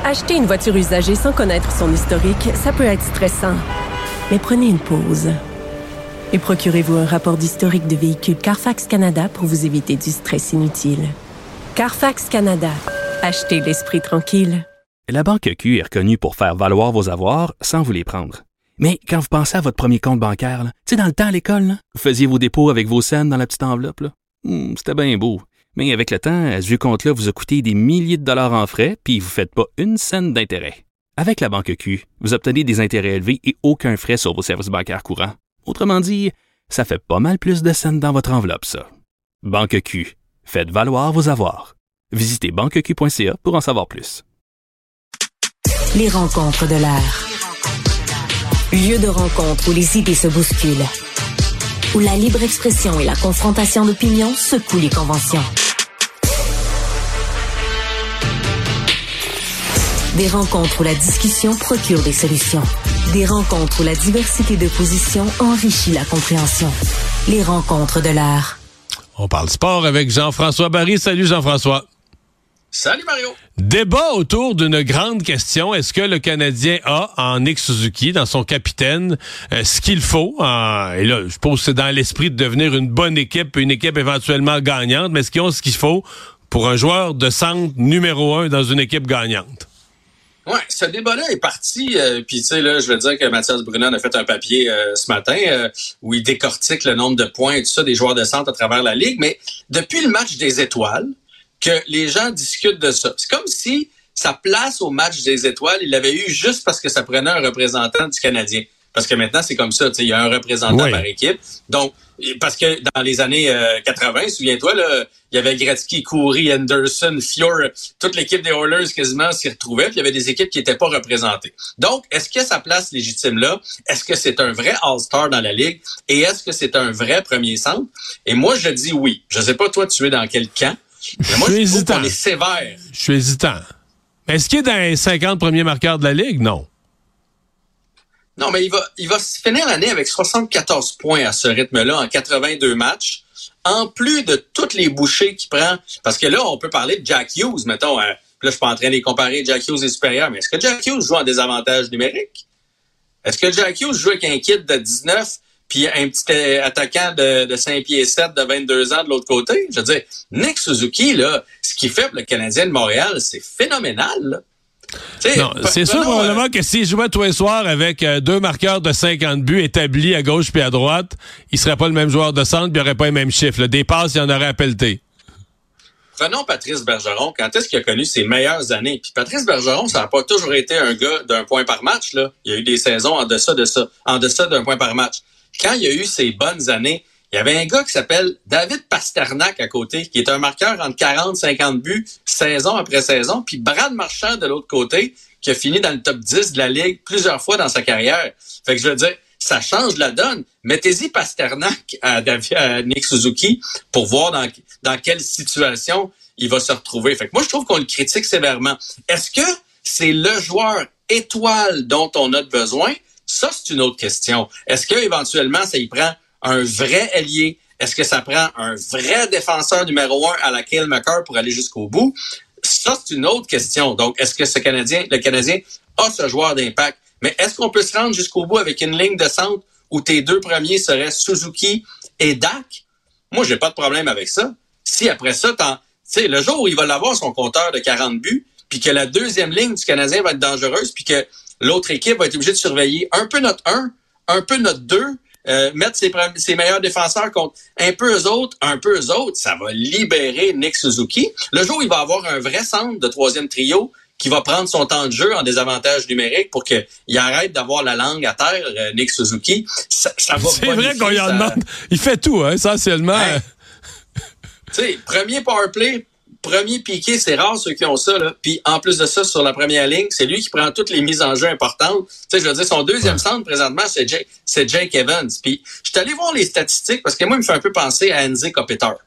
Acheter une voiture usagée sans connaître son historique, ça peut être stressant. Mais prenez une pause. Et procurez-vous un rapport d'historique de véhicule Carfax Canada pour vous éviter du stress inutile. Carfax Canada. Achetez l'esprit tranquille. La Banque Q est reconnue pour faire valoir vos avoirs sans vous les prendre. Mais quand vous pensez à votre premier compte bancaire, tu sais, dans le temps à l'école, là, vous faisiez vos dépôts avec vos scènes dans la petite enveloppe. Là. C'était bien beau. Mais avec le temps, ce vieux compte-là vous a coûté des milliers de dollars en frais, puis vous ne faites pas une scène d'intérêt. Avec la Banque Q, vous obtenez des intérêts élevés et aucun frais sur vos services bancaires courants. Autrement dit, ça fait pas mal plus de scènes dans votre enveloppe, ça. Banque Q. Faites valoir vos avoirs. Visitez banqueq.ca pour en savoir plus. Les rencontres de l'heure. Lieu de rencontre où les idées se bousculent. Où la libre expression et la confrontation d'opinions secouent les conventions. Des rencontres où la discussion procure des solutions. Des rencontres où la diversité de positions enrichit la compréhension. Les rencontres de l'heure. On parle sport avec Jean-François Barry. Salut Jean-François. Salut Mario. Débat autour d'une grande question. Est-ce que le Canadien a en Nick Suzuki, dans son capitaine, ce qu'il faut? Et là, je pense que c'est dans l'esprit de devenir une bonne équipe, une équipe éventuellement gagnante, mais est-ce qu'ils ont ce qu'il faut pour un joueur de centre numéro 1 dans une équipe gagnante? Ouais, ce débat-là est parti, puis tu sais, là, je veux dire que Mathias Brunet a fait un papier ce matin où il décortique le nombre de points et tout ça des joueurs de centre à travers la Ligue, mais depuis le match des étoiles, que les gens discutent de ça. C'est comme si sa place au match des étoiles, il l'avait eu juste parce que ça prenait un représentant du Canadien. Parce que maintenant, c'est comme ça, tu sais, il y a un représentant par équipe. Donc, parce que dans les années 80, souviens-toi, là, il y avait Gretzky, Coury, Anderson, Fiore, toute l'équipe des Oilers quasiment s'y retrouvait, puis il y avait des équipes qui n'étaient pas représentées. Donc, est-ce que sa place légitime là? Est-ce que c'est un vrai All-Star dans la Ligue? Et est-ce que c'est un vrai premier centre? Et moi, je dis oui. Je sais pas, toi, tu es dans quel camp? Mais moi, je trouve qu'on est sévère. Je suis hésitant. Est-ce qu'il est dans les 50 premiers marqueurs de la Ligue? Non. Non, mais il va finir l'année avec 74 points à ce rythme-là en 82 matchs, en plus de toutes les bouchées qu'il prend. Parce que là, on peut parler de Jack Hughes, mettons. Là, je suis pas en train de les comparer. Jack Hughes est supérieur. Mais est-ce que Jack Hughes joue en désavantage numérique? Est-ce que Jack Hughes joue avec un kid de 19 puis un petit attaquant de 5 pieds 7 de 22 ans de l'autre côté? Je veux dire, Nick Suzuki, là, ce qu'il fait pour le Canadien de Montréal, c'est phénoménal, là. Non, c'est sûr probablement que s'il jouait tous les soirs avec deux marqueurs de 50 buts établis à gauche puis à droite, il serait pas le même joueur de centre puis il aurait pas les mêmes chiffres. Là. Des passes, il en aurait à pelleter. Prenons Patrice Bergeron. Quand est-ce qu'il a connu ses meilleures années? Puis Patrice Bergeron, ça n'a pas toujours été un gars d'un point par match, là. Il y a eu des saisons en deçà d'un point par match. Quand il y a eu ses bonnes années, il y avait un gars qui s'appelle David Pasternak à côté, qui est un marqueur entre 40-50 buts, saison après saison, puis Brad Marchand de l'autre côté, qui a fini dans le top 10 de la Ligue plusieurs fois dans sa carrière. Fait que je veux dire, ça change la donne. Mettez-y Pasternak à Nick Suzuki pour voir dans quelle situation il va se retrouver. Fait que moi, je trouve qu'on le critique sévèrement. Est-ce que c'est le joueur étoile dont on a besoin? Ça, c'est une autre question. Est-ce que éventuellement, ça y prend un vrai ailier? Est-ce que ça prend un vrai défenseur numéro 1 à la Cale Makar pour aller jusqu'au bout? Ça, c'est une autre question. Donc, est-ce que le Canadien a ce joueur d'impact? Mais est-ce qu'on peut se rendre jusqu'au bout avec une ligne de centre où tes deux premiers seraient Suzuki et Dak? Moi, j'ai pas de problème avec ça. Si après ça, tu sais, le jour où il va l'avoir son compteur de 40 buts, puis que la deuxième ligne du Canadien va être dangereuse, puis que l'autre équipe va être obligée de surveiller un peu notre 1, un peu notre 2, mettre ses meilleurs défenseurs contre un peu eux autres, ça va libérer Nick Suzuki. Le jour où il va avoir un vrai centre de troisième trio qui va prendre son temps de jeu en désavantage numérique pour qu'il arrête d'avoir la langue à terre, Nick Suzuki, ça va... C'est vrai qu'on y en demande. Il fait tout, hein, essentiellement. Hein? Tu sais, premier powerplay, premier piqué, c'est rare ceux qui ont ça, là. Puis en plus de ça, sur la première ligne, c'est lui qui prend toutes les mises en jeu importantes. Tu sais, je veux dire, son deuxième centre présentement, c'est Jake Evans. Puis je suis allé voir les statistiques parce que moi, il me fait un peu penser à Andy Kopitar.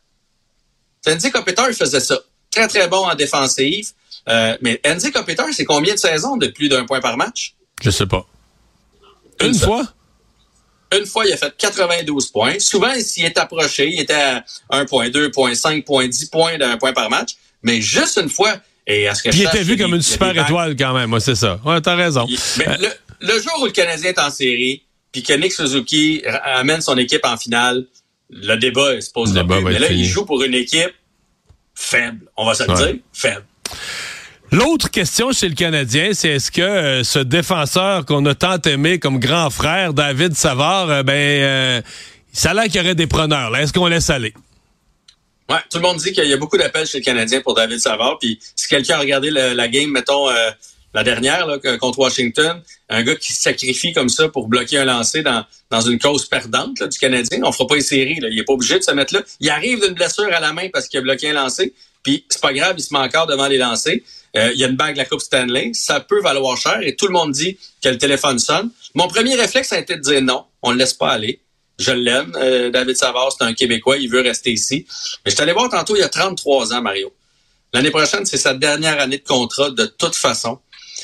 Andy Kopitar, il faisait ça. Très, très bon en défensive. Mais Andy Kopitar, c'est combien de saisons de plus d'un point par match? Je sais pas. Une fois? Une fois, il a fait 92 points. Souvent, s'il est approché, il était à 1,2, 1,5, 1,10 points d'un point par match. Mais juste une fois. Et à ce que Puis il était vu comme une super étoile quand même, moi, c'est ça. Ouais, t'as raison. Mais le jour où le Canadien est en série, puis que Nick Suzuki amène son équipe en finale, le débat se pose là. Mais là, il joue pour une équipe faible. On va se le dire, faible. L'autre question chez le Canadien, c'est est-ce que ce défenseur qu'on a tant aimé comme grand frère, David Savard, ça a l'air qu'il y aurait des preneurs. Là. Est-ce qu'on laisse aller? Ouais, tout le monde dit qu'il y a beaucoup d'appels chez le Canadien pour David Savard. Puis si quelqu'un a regardé la game, mettons, la dernière là, contre Washington, un gars qui se sacrifie comme ça pour bloquer un lancer dans une cause perdante là, du Canadien, on fera pas les séries. Là. Il est pas obligé de se mettre là. Il arrive d'une blessure à la main parce qu'il a bloqué un lancer. Puis c'est pas grave, il se met encore devant les lancers. Il y a une bague de la Coupe Stanley. Ça peut valoir cher et tout le monde dit que le téléphone sonne. Mon premier réflexe a été de dire non, on le laisse pas aller. Je l'aime. David Savard, c'est un Québécois, il veut rester ici. Mais je suis allé voir tantôt, il y a 33 ans, Mario. L'année prochaine, c'est sa dernière année de contrat de toute façon.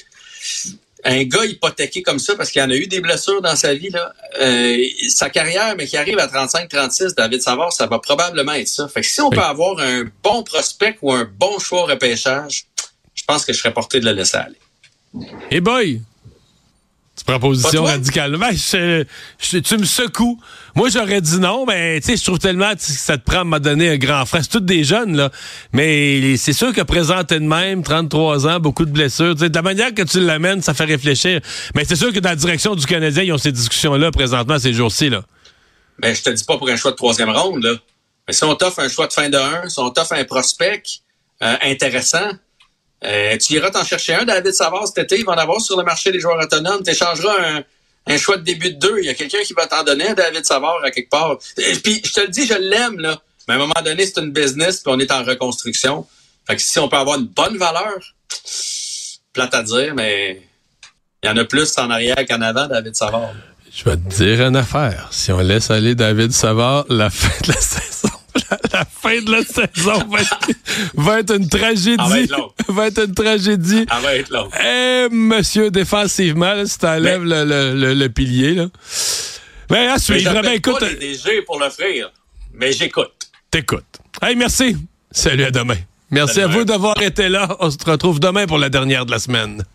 Un gars hypothéqué comme ça, parce qu'il en a eu des blessures dans sa vie, là, sa carrière, mais qui arrive à 35-36, David Savard, ça va probablement être ça. Fait que si on peut avoir un bon prospect ou un bon choix au repêchage, je pense que je serais porté de le laisser aller. Hey boy! Tu prends position radicale. Ben, tu me secoues. Moi, j'aurais dit non, mais tu sais, je trouve tellement que ça te prend à m'a donné un grand frère. C'est tous des jeunes, là. Mais c'est sûr que présenté de même, 33 ans, beaucoup de blessures. T'sais, de la manière que tu l'amènes, ça fait réfléchir. Mais c'est sûr que dans la direction du Canadien, ils ont ces discussions-là présentement, ces jours-ci, là. Ben, je te dis pas pour un choix de 3e ronde, là. Mais si on t'offre un choix de fin de 1, si on t'offre un prospect intéressant, tu iras t'en chercher un, David Savard, cet été, il va en avoir sur le marché des joueurs autonomes. Tu échangeras un choix de début de 2. Il y a quelqu'un qui va t'en donner un David Savard à quelque part. Puis, je te le dis, je l'aime, là. Mais à un moment donné, c'est une business, puis on est en reconstruction. Fait que si on peut avoir une bonne valeur, plate à dire, mais il y en a plus en arrière qu'en avant, David Savard. Je vais te dire une affaire. Si on laisse aller David Savard, la fin de la saison... La fin de la saison va être une tragédie. Va être une tragédie. Elle va être longue. Monsieur, défensivement, là, si t'enlèves le pilier, là. Mais à suivre. Je n'appelle pas les DG pour l'offrir, mais j'écoute. T'écoutes. Hey, merci. Salut, à demain. Merci à vous d'avoir été là. On se retrouve demain pour la dernière de la semaine.